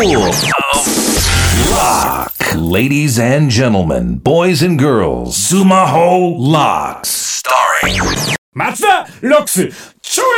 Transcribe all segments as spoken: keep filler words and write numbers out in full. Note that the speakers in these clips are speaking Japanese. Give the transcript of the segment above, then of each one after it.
Lock. Ladies and gentlemen, boys and girls, Sumaho Locks. Starring 松田ロックスちょ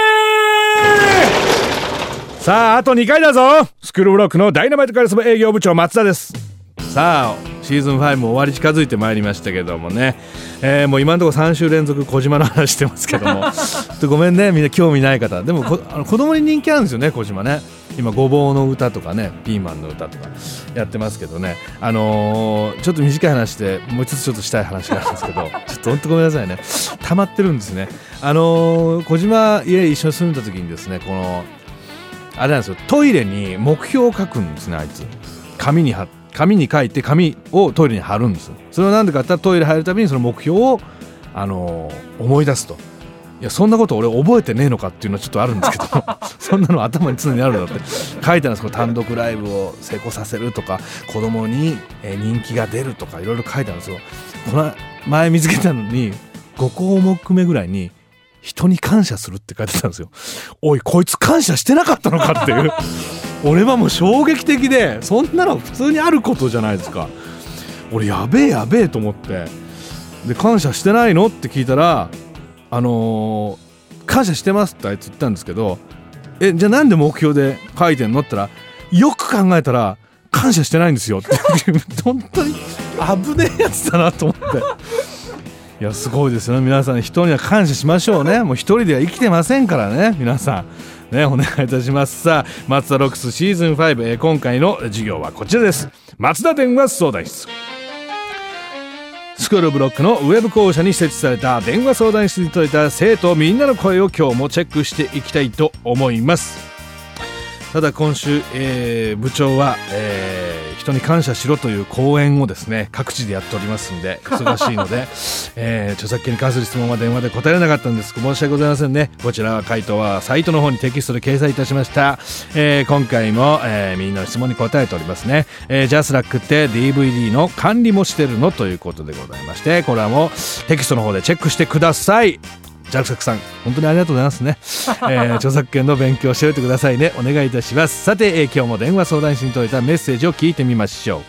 えーさああとにかいだぞ。スクールブロックのダイナマイトカリスマ営業部長松田です。さあシーズンファイブも終わり近づいてまいりましたけどもね、えー、もう今のところさん週連続小島の話してますけどもごめんねみんな興味ない方でもこあの子供に人気あるんですよね小島ね。今ごぼうの歌とかねピーマンの歌とかやってますけどね、あのー、ちょっと短い話でもう一つちょっとしたい話があるんですけどちょっと本当ごめんなさいね溜まってるんですね。あのー、小島家一緒に住んだ時にですねこのあれなんですよトイレに目標を書くんですね。あいつ紙に貼って紙に書いて紙をトイレに貼るんです。それはなんでかって言ったらトイレ入るたびにその目標を、あのー、思い出すと。いやそんなこと俺覚えてねえのかっていうのはちょっとあるんですけどそんなの頭に常にあるんだって書いてあるんです。この単独ライブを成功させるとか子供に人気が出るとかいろいろ書いてあるんですよ。この前見つけたのにご項目目ぐらいに人に感謝するって書いてたんですよ。おいこいつ感謝してなかったのかっていう俺はもう衝撃的でそんなの普通にあることじゃないですか。俺やべえやべえと思ってで感謝してないのって聞いたらあのー、感謝してますってあいつ言ったんですけどえじゃあなんで目標で書いてんのって言ったらよく考えたら感謝してないんですよって本当に危ねえやつだなと思っていやすごいですよね。皆さん人には感謝しましょうね。もう一人では生きてませんからね皆さんねお願いいたします。さあ松田ロックスシーズンファイブ、えー、今回の授業はこちらです。松田電話相談室。スクールブロックのウェブ校舎に設置された電話相談室に届いた生徒みんなの声を今日もチェックしていきたいと思います。ただ今週、えー、部長は、えー、人に感謝しろという講演をですね各地でやっておりますんで忙しいので、えー、著作権に関する質問は電話で答えられなかったんです。申し訳ございませんね。こちらは回答はサイトの方にテキストで掲載いたしました。えー、今回も、えー、みんなの質問に答えておりますね。えー、ジャスラックって ディーブイディー の管理もしてるのということでございまして、これはもうテキストの方でチェックしてください。ジャクサクさん本当にありがとうございますね、えー、著作権の勉強をしておいてくださいね。お願いいたします。さて、えー、今日も電話相談室に届いたメッセージを聞いてみましょ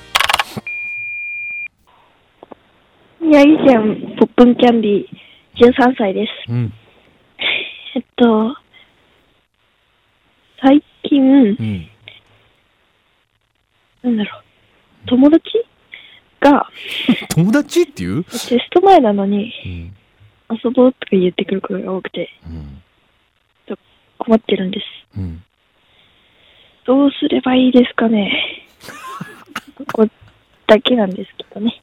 う。宮城県ポップンキャンディーじゅうさんさいです、うん、えっと最近、うん、なんだろう友達が友達っていうテスト前なのに、うん遊ぼうとか言ってくることが多くて、うん、困ってるんです、うん、どうすればいいですかねここだけなんですけどね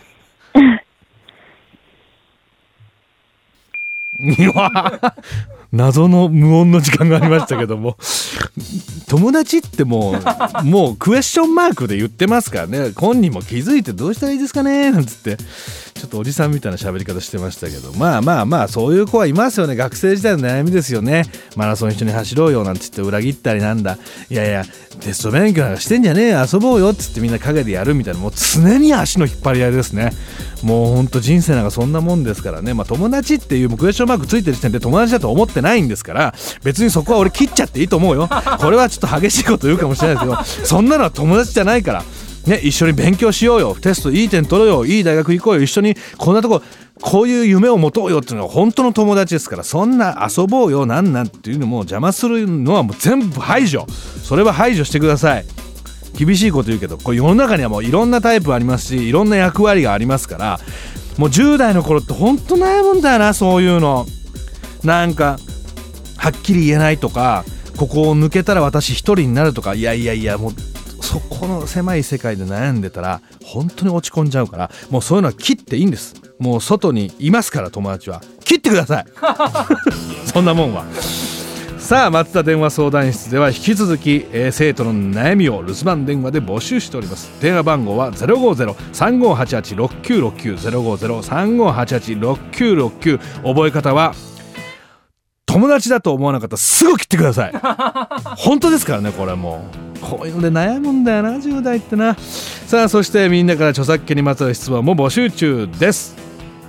いや謎の無音の時間がありましたけども友達ってもうもうクエスチョンマークで言ってますからね。本人も気づいてどうしたらいいですかねなんつってちょっとおじさんみたいな喋り方してましたけど、まあまあまあそういう子はいますよね。学生時代の悩みですよね。マラソン一緒に走ろうよなんつって裏切ったりなんだ、いやいやテスト勉強なんかしてんじゃねえよ遊ぼうよっつってみんな陰でやるみたいな、もう常に足の引っ張り合いですね。もうほんと人生なんかそんなもんですからね。まあ友達っていうクエスチョンマークついてる時点で友達だと思ってないんですから、別にそこは俺切っちゃっていいと思うよ。これはちょっと激しいこと言うかもしれないですけどそんなのは友達じゃないからね。一緒に勉強しようよ、テストいい点取ろうよ、いい大学行こうよ、一緒にこんなとここういう夢を持とうよっていうのが本当の友達ですから、そんな遊ぼうよなんなんっていうのも邪魔するのはもう全部排除。それは排除してください。厳しいこと言うけどこれ世の中にはもういろんなタイプありますしいろんな役割がありますから、もうじゅう代の頃って本当悩むんだよな。そういうのなんかはっきり言えないとか、ここを抜けたら私一人になるとか、いやいやいやもうそこの狭い世界で悩んでたら本当に落ち込んじゃうから、もうそういうのは切っていいんです。もう外にいますから友達は切ってくださいそんなもんは。さあ松田電話相談室では引き続き、えー、生徒の悩みを留守番電話で募集しております。電話番号は ゼロごゼロ さんごはちはち ろくきゅうろくきゅう ゼロごゼロ さんごはちはち ろくきゅうろくきゅう。覚え方は友達だと思わなかったらすぐ切ってください本当ですからね。これはもうこういうので悩むんだよなじゅう代ってな。さあそしてみんなから著作権にまつわる質問も募集中です。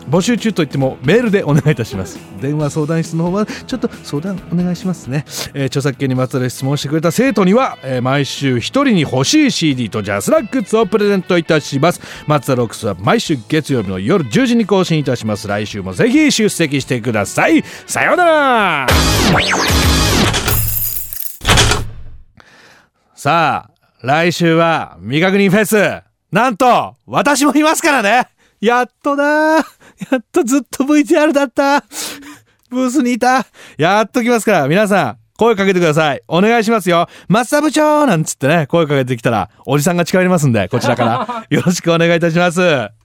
募集中といってもメールでお願いいたします。電話相談室の方はちょっと相談お願いしますね。えー、著作権にまつわる質問をしてくれた生徒には、えー、毎週一人に欲しい シーディー とジャスラックグッズをプレゼントいたします。マツダロックスは毎週月曜日の夜じゅうじに更新いたします。来週もぜひ出席してください。さようなら。さあ来週は未確認フェス、なんと私もいますからね。やっとだー、やっとずっと ブイティーアール だったブースにいた。やっと来ますから、皆さん声かけてください。お願いしますよ。松田部長なんつってね、声かけてきたらおじさんが近寄りますんで、こちらからよろしくお願いいたします。